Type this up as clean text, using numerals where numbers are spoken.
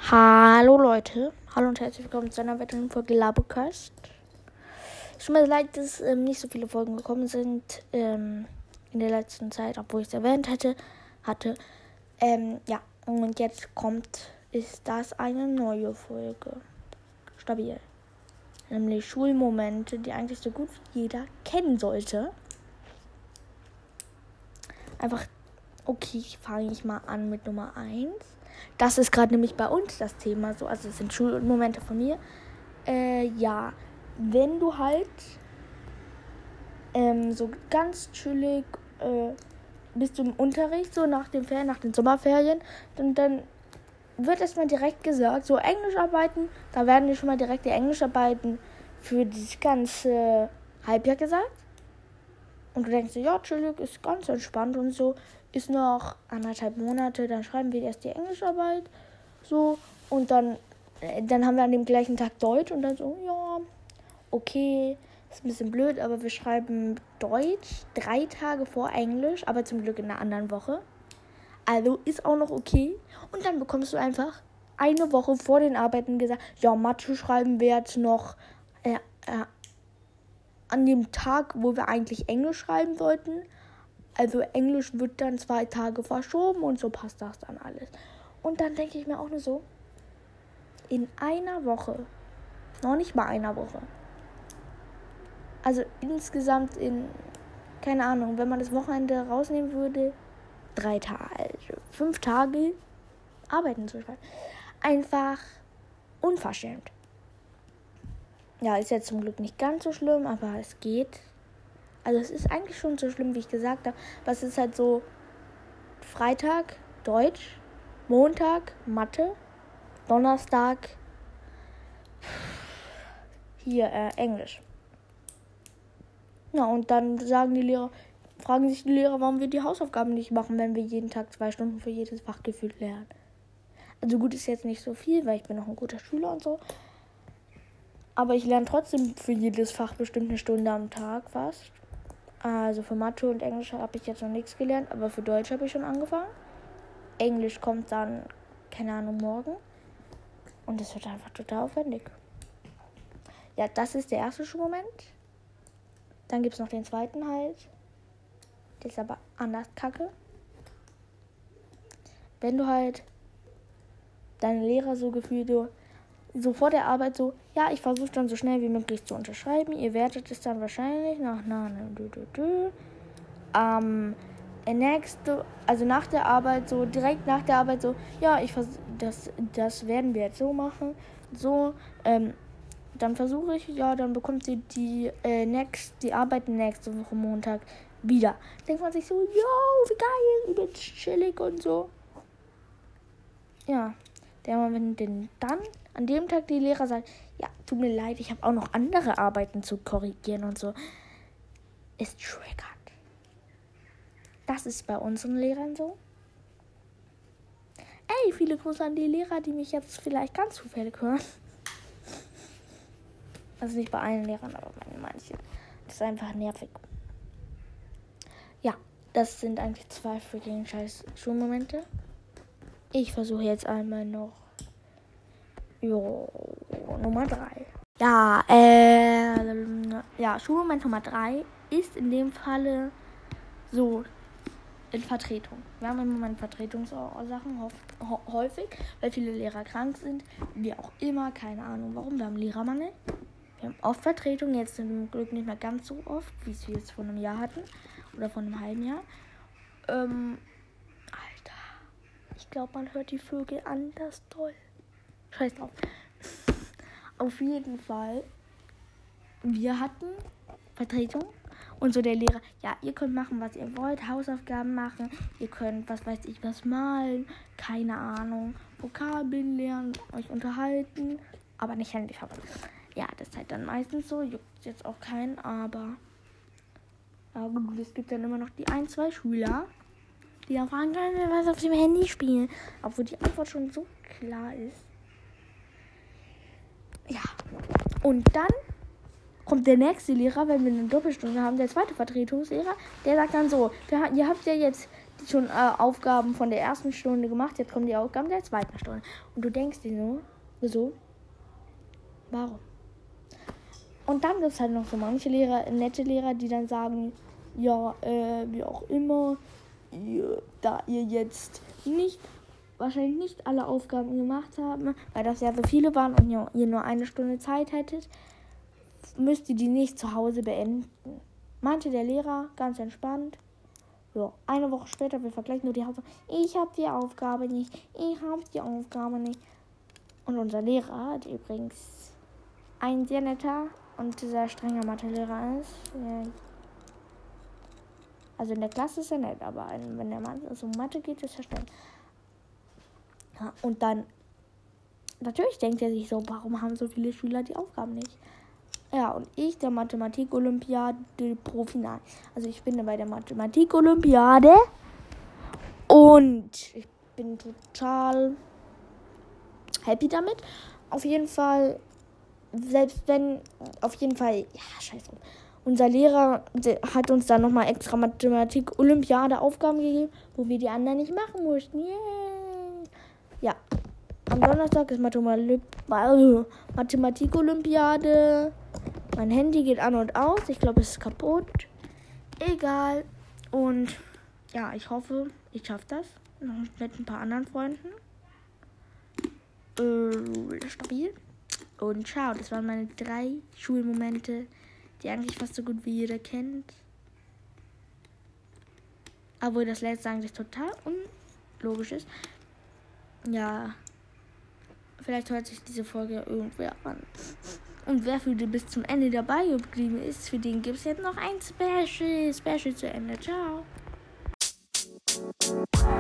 Hallo Leute, hallo und herzlich willkommen zu einer weiteren Folge Labocast. Es tut mir leid, dass nicht so viele Folgen gekommen sind in der letzten Zeit, obwohl ich es erwähnt hatte. Ja, und jetzt ist das eine neue Folge. Stabil. Nämlich Schulmomente, die eigentlich so gut wie jeder kennen sollte. Einfach, okay, fange ich mal an mit Nummer 1. Das ist gerade nämlich bei uns das Thema so. Also es sind Schulmomente von mir. Ja, wenn du halt so ganz chillig bist du im Unterricht, so nach den Sommerferien, dann wird erstmal direkt gesagt, so Englischarbeiten, da werden dir schon mal direkt die Englischarbeiten für das ganze Halbjahr gesagt. Und du denkst dir, ja, chillig, ist ganz entspannt und so. Ist noch 1,5 Monate, dann schreiben wir erst die Englischarbeit. So, und dann haben wir an dem gleichen Tag Deutsch und dann so, ja, okay, ist ein bisschen blöd, aber wir schreiben Deutsch 3 Tage vor Englisch, aber zum Glück in einer anderen Woche. Also ist auch noch okay. Und dann bekommst du einfach eine Woche vor den Arbeiten gesagt, ja, Mathe schreiben wir jetzt noch an dem Tag, wo wir eigentlich Englisch schreiben sollten. Also Englisch wird dann 2 Tage verschoben und so passt das dann alles. Und dann denke ich mir auch nur so, in einer Woche, noch nicht mal einer Woche, also insgesamt keine Ahnung, wenn man das Wochenende rausnehmen würde, 3 Tage, also 5 Tage arbeiten zu schreiben. Einfach unverschämt. Ja, ist jetzt zum Glück nicht ganz so schlimm, aber es geht. Also es ist eigentlich schon so schlimm, wie ich gesagt habe. Aber es ist halt so, Freitag Deutsch, Montag Mathe, Donnerstag Englisch. Ja, und dann fragen sich die Lehrer, warum wir die Hausaufgaben nicht machen, wenn wir jeden Tag 2 Stunden für jedes Fach gefühlt lernen. Also gut, ist jetzt nicht so viel, weil ich bin noch ein guter Schüler und so. Aber ich lerne trotzdem für jedes Fach bestimmt 1 Stunde am Tag fast. Also für Mathe und Englisch habe ich jetzt noch nichts gelernt, aber für Deutsch habe ich schon angefangen. Englisch kommt dann, keine Ahnung, morgen. Und es wird einfach total aufwendig. Ja, das ist der erste Schulmoment. Dann gibt es noch den zweiten halt. Der ist aber anders kacke. Wenn du halt deine Lehrer so gefühlt so vor der Arbeit so, ja, ich versuche dann so schnell wie möglich zu unterschreiben. Ihr wertet es dann wahrscheinlich nach also nach der Arbeit so, direkt nach der Arbeit so, ja, das werden wir jetzt so machen. So, dann versuche ich, ja, dann bekommt sie die Arbeiten nächste Woche Montag wieder. Denkt man sich so, yo, wie geil, übelst chillig und so. Ja, wenn dann an dem Tag die Lehrer sagen, ja, tut mir leid, ich habe auch noch andere Arbeiten zu korrigieren und so. Es triggert. Das ist bei unseren Lehrern so. Ey, viele Grüße an die Lehrer, die mich jetzt vielleicht ganz zufällig hören. Also nicht bei allen Lehrern, aber bei manchen. Das ist einfach nervig. Ja, das sind eigentlich 2 freaking scheiß Schulmomente. Ich versuche jetzt einmal noch Nummer 3. Ja, Schulmoment Nummer 3 ist in dem Falle so in Vertretung. Wir haben im Moment Vertretungssachen häufig, weil viele Lehrer krank sind. Wie auch immer, keine Ahnung warum. Wir haben Lehrermangel. Wir haben oft Vertretung, jetzt zum Glück nicht mehr ganz so oft, wie es wir jetzt vor einem Jahr hatten. Oder vor einem halben Jahr. Alter, ich glaube, man hört die Vögel anders toll. Scheiß drauf. Auf jeden Fall, wir hatten Vertretung und so der Lehrer, ja, ihr könnt machen, was ihr wollt, Hausaufgaben machen, ihr könnt, was weiß ich, was malen, keine Ahnung, Vokabeln lernen, euch unterhalten, aber nicht Handy haben. Ja, das ist halt dann meistens so, juckt jetzt auch keinen, aber gut, es gibt dann immer noch die 1-2 Schüler, die dann fragen, können wir was auf dem Handy spielen, obwohl die Antwort schon so klar ist. Ja, und dann kommt der nächste Lehrer, wenn wir eine Doppelstunde haben, der zweite Vertretungslehrer, der sagt dann so, ihr habt ja jetzt schon Aufgaben von der ersten Stunde gemacht, jetzt kommen die Aufgaben der zweiten Stunde. Und du denkst dir so, wieso? Warum? Und dann gibt es halt noch so manche Lehrer, nette Lehrer, die dann sagen, ja, wie auch immer, da ihr jetzt wahrscheinlich nicht alle Aufgaben gemacht haben, weil das ja so viele waren und ihr nur eine Stunde Zeit hättet, müsst ihr die nicht zu Hause beenden. Meinte der Lehrer, ganz entspannt. Ja, eine Woche später, wir vergleichen nur die Hausaufgaben. Ich habe die Aufgabe nicht. Und unser Lehrer, der übrigens ein sehr netter und sehr strenger Mathelehrer ist. Also in der Klasse ist er nett, aber wenn der Mann um Mathe geht, ist er streng. Ja, und dann, natürlich denkt er sich so, warum haben so viele Schüler die Aufgaben nicht? Ja, und ich, der Mathematik-Olympiade Profinal. Also ich bin bei der Mathematik-Olympiade und ich bin total happy damit. Auf jeden Fall, ja, scheiße. Unser Lehrer hat uns dann nochmal extra Mathematik-Olympiade-Aufgaben gegeben, wo wir die anderen nicht machen mussten. Yay! Ja, am Donnerstag ist Mathematik-Olympiade. Mein Handy geht an und aus. Ich glaube, es ist kaputt. Egal. Und ja, ich hoffe, ich schaffe das. Noch mit ein paar anderen Freunden. Stabil. Und ciao, das waren meine 3 Schulmomente, die eigentlich fast so gut wie jeder kennt. Obwohl das letzte eigentlich total unlogisch ist. Ja, vielleicht hört sich diese Folge irgendwer an. Und wer für den bis zum Ende dabei geblieben ist, für den gibt es jetzt noch ein Special zu Ende. Ciao.